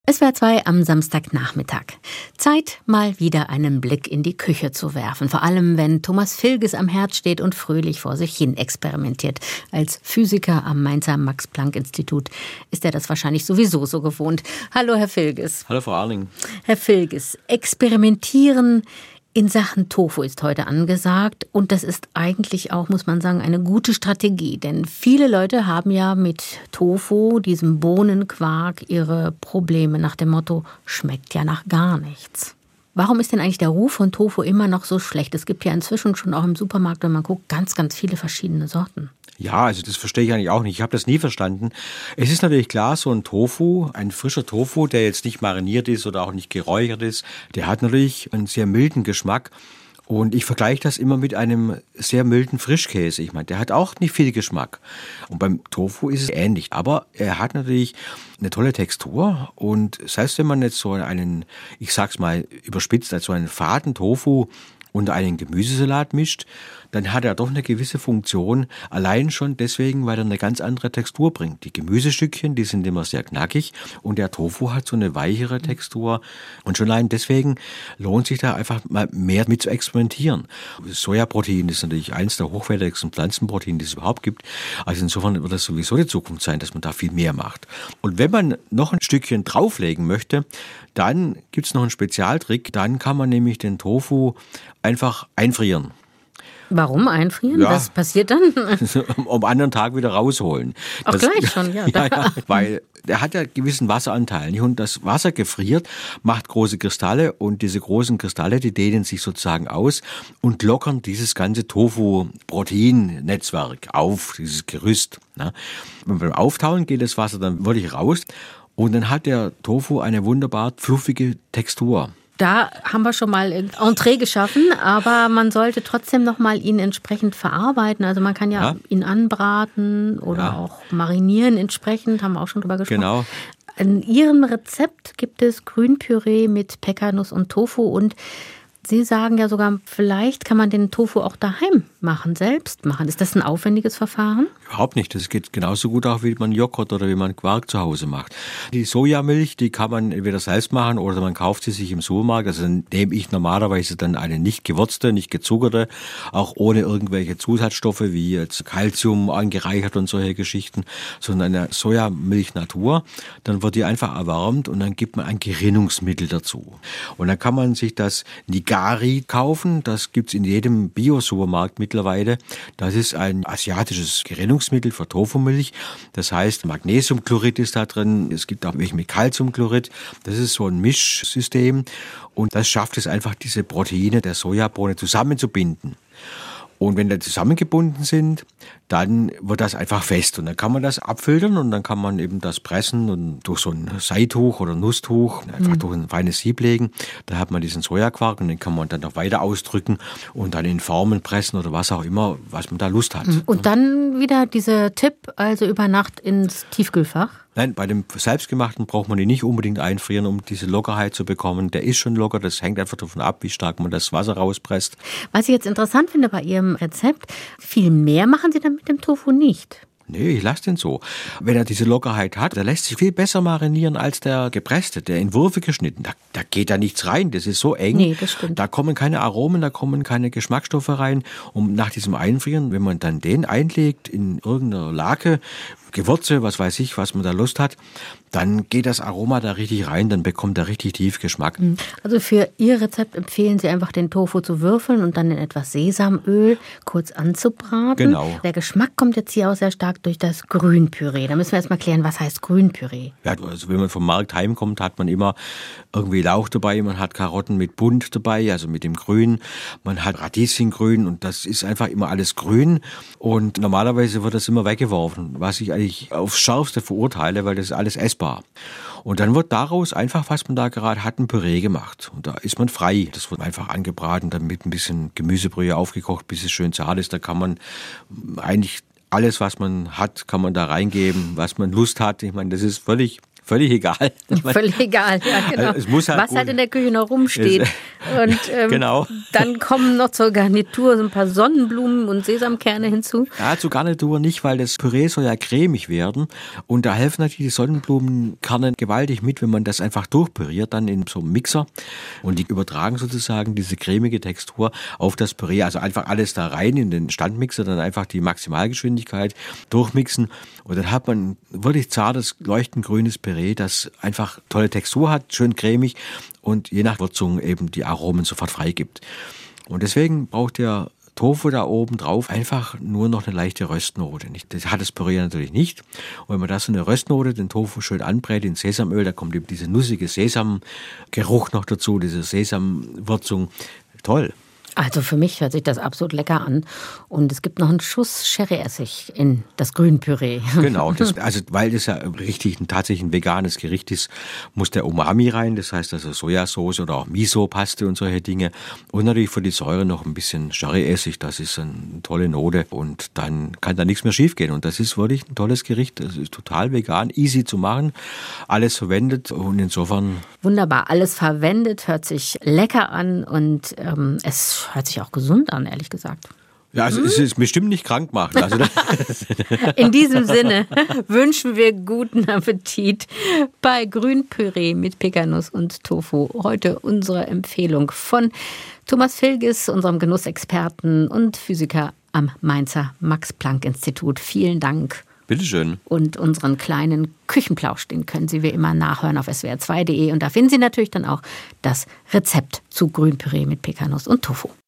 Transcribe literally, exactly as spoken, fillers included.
S W R zwei am Samstagnachmittag. Zeit, mal wieder einen Blick in die Küche zu werfen. Vor allem, wenn Thomas Vilges am Herd steht und fröhlich vor sich hin experimentiert. Als Physiker am Mainzer Max-Planck-Institut ist er das wahrscheinlich sowieso so gewohnt. Hallo, Herr Vilges. Hallo, Frau Arling. Herr Vilges, experimentieren in Sachen Tofu ist heute angesagt und das ist eigentlich auch, muss man sagen, eine gute Strategie. Denn viele Leute haben ja mit Tofu, diesem Bohnenquark, ihre Probleme nach dem Motto, schmeckt ja nach gar nichts. Warum ist denn eigentlich der Ruf von Tofu immer noch so schlecht? Es gibt ja inzwischen schon auch im Supermarkt, wenn man guckt, ganz, ganz viele verschiedene Sorten. Ja, also das verstehe ich eigentlich auch nicht. Ich habe das nie verstanden. Es ist natürlich klar, so ein Tofu, ein frischer Tofu, der jetzt nicht mariniert ist oder auch nicht geräuchert ist, der hat natürlich einen sehr milden Geschmack. Und ich vergleiche das immer mit einem sehr milden Frischkäse. Ich meine, der hat auch nicht viel Geschmack. Und beim Tofu ist es ähnlich. Aber er hat natürlich eine tolle Textur. Und selbst wenn man jetzt so einen, ich sag's mal überspitzt, als so einen faden Tofu unter einen Gemüsesalat mischt, dann hat er doch eine gewisse Funktion, allein schon deswegen, weil er eine ganz andere Textur bringt. Die Gemüsestückchen, die sind immer sehr knackig und der Tofu hat so eine weichere Textur und schon allein deswegen lohnt sich da einfach mal mehr mit zu experimentieren. Sojaprotein ist natürlich eins der hochwertigsten Pflanzenproteine, die es überhaupt gibt. Also insofern wird das sowieso die Zukunft sein, dass man da viel mehr macht. Und wenn man noch ein Stückchen drauflegen möchte, dann gibt es noch einen Spezialtrick, dann kann man nämlich den Tofu einfach einfrieren. Warum einfrieren? Ja. Was passiert dann? Am anderen Tag wieder rausholen. Auch das, gleich schon, ja. ja, ja. Weil der hat ja einen gewissen Wasseranteil. Nicht? Und das Wasser gefriert, macht große Kristalle und diese großen Kristalle, die dehnen sich sozusagen aus und lockern dieses ganze Tofu-Protein-Netzwerk auf, dieses Gerüst. Ne? Und beim Auftauen geht das Wasser dann wirklich raus und dann hat der Tofu eine wunderbar fluffige Textur. Da haben wir schon mal ein Entree geschaffen, aber man sollte trotzdem noch mal ihn entsprechend verarbeiten. Also man kann ja, ja. ihn anbraten oder ja. auch marinieren entsprechend, haben wir auch schon drüber gesprochen. Genau. In Ihrem Rezept gibt es Grünpüree mit Peckernuss und Tofu und Sie sagen ja sogar, vielleicht kann man den Tofu auch daheim machen, selbst machen. Ist das ein aufwendiges Verfahren? Überhaupt nicht. Das geht genauso gut auch, wie man Joghurt oder wie man Quark zu Hause macht. Die Sojamilch, die kann man entweder selbst machen oder man kauft sie sich im Supermarkt. Also dann nehme ich normalerweise dann eine nicht gewürzte, nicht gezuckerte, auch ohne irgendwelche Zusatzstoffe wie jetzt Calcium angereichert und solche Geschichten, sondern eine Sojamilch Natur. Dann wird die einfach erwärmt und dann gibt man ein Gerinnungsmittel dazu. Und dann kann man sich das Nigari kaufen. Das gibt's in jedem Bio-Supermarkt mittlerweile. Das ist ein asiatisches Gerinnungsmittel für Tofumilch. Das heißt, Magnesiumchlorid ist da drin. Es gibt auch welche mit Calciumchlorid. Das ist so ein Mischsystem. Und das schafft es einfach, diese Proteine der Sojabohne zusammenzubinden. Und wenn die zusammengebunden sind, dann wird das einfach fest. Und dann kann man das abfiltern und dann kann man eben das pressen und durch so ein Seituch oder Nusstuch einfach mhm. durch ein feines Sieb legen. Da hat man diesen Sojaquark und den kann man dann noch weiter ausdrücken und dann in Formen pressen oder was auch immer, was man da Lust hat. Und dann wieder dieser Tipp, also über Nacht ins Tiefkühlfach? Nein, bei dem Selbstgemachten braucht man ihn nicht unbedingt einfrieren, um diese Lockerheit zu bekommen. Der ist schon locker, das hängt einfach davon ab, wie stark man das Wasser rauspresst. Was ich jetzt interessant finde bei Ihrem Rezept, viel mehr machen Sie dann mit dem Tofu nicht. Nee, ich lasse den so. Wenn er diese Lockerheit hat, der lässt sich viel besser marinieren als der gepresste, der in Würfel geschnitten. Da, da geht da nichts rein, das ist so eng. Nee, das stimmt. Da kommen keine Aromen, da kommen keine Geschmacksstoffe rein. Und nach diesem Einfrieren, wenn man dann den einlegt in irgendeiner Lake, Gewürze, was weiß ich, was man da Lust hat, dann geht das Aroma da richtig rein, dann bekommt er richtig tief Geschmack. Also für Ihr Rezept empfehlen Sie einfach, den Tofu zu würfeln und dann in etwas Sesamöl kurz anzubraten. Genau. Der Geschmack kommt jetzt hier auch sehr stark durch das Grünpüree. Da müssen wir erst mal klären, was heißt Grünpüree? Ja, also wenn man vom Markt heimkommt, hat man immer irgendwie Lauch dabei, man hat Karotten mit Bunt dabei, also mit dem Grün, man hat Radieschengrün und das ist einfach immer alles grün und normalerweise wird das immer weggeworfen, was ich eigentlich aufs Schärfste verurteile, weil das ist alles essbar. Und dann wird daraus einfach, was man da gerade hat, ein Püree gemacht. Und da ist man frei. Das wird einfach angebraten, dann mit ein bisschen Gemüsebrühe aufgekocht, bis es schön zart ist. Da kann man eigentlich alles, was man hat, kann man da reingeben, was man Lust hat. Ich meine, das ist völlig völlig egal. Völlig egal, ja genau. Also es muss halt was halt in der Küche noch rumsteht. Und ähm, genau. dann kommen noch zur Garnitur so ein paar Sonnenblumen und Sesamkerne hinzu. Ja, zur Garnitur nicht, weil das Püree soll ja cremig werden. Und da helfen natürlich die Sonnenblumenkerne gewaltig mit, wenn man das einfach durchpüriert, dann in so einem Mixer. Und die übertragen sozusagen diese cremige Textur auf das Püree. Also einfach alles da rein in den Standmixer, dann einfach die Maximalgeschwindigkeit durchmixen. Und dann hat man wirklich zartes, leuchtend grünes Püree, das einfach tolle Textur hat, schön cremig und je nach Würzung eben die Aromen sofort freigibt. Und deswegen braucht der Tofu da oben drauf einfach nur noch eine leichte Röstnote. Das hat das Püree natürlich nicht. Und wenn man da so eine Röstnote, den Tofu schön anbrät in Sesamöl, da kommt eben diese nussige Sesamgeruch noch dazu, diese Sesamwürzung. Toll. Also für mich hört sich das absolut lecker an. Und es gibt noch einen Schuss Sherryessig in das Grünpüree. Genau, das, also weil das ja richtig ein tatsächlich ein veganes Gericht ist, muss der Umami rein. Das heißt also Sojasauce oder auch Miso-Paste und solche Dinge. Und natürlich für die Säure noch ein bisschen Sherryessig. Das ist eine tolle Note. Und dann kann da nichts mehr schief gehen. Und das ist wirklich ein tolles Gericht. Das ist total vegan, easy zu machen. Alles verwendet und insofern... Wunderbar, alles verwendet, hört sich lecker an und ähm, es hört sich auch gesund an, ehrlich gesagt. Ja, also es ist bestimmt nicht krank machen. Also in diesem Sinne wünschen wir guten Appetit bei Grünpüree mit Pekanuss und Tofu. Heute unsere Empfehlung von Thomas Filges, unserem Genussexperten und Physiker am Mainzer Max-Planck-Institut. Vielen Dank. Bitteschön. Und unseren kleinen Küchenplausch, den können Sie wie immer nachhören auf s w r zwei punkt de. Und da finden Sie natürlich dann auch das Rezept zu Grünpüree mit Pekanuss und Tofu.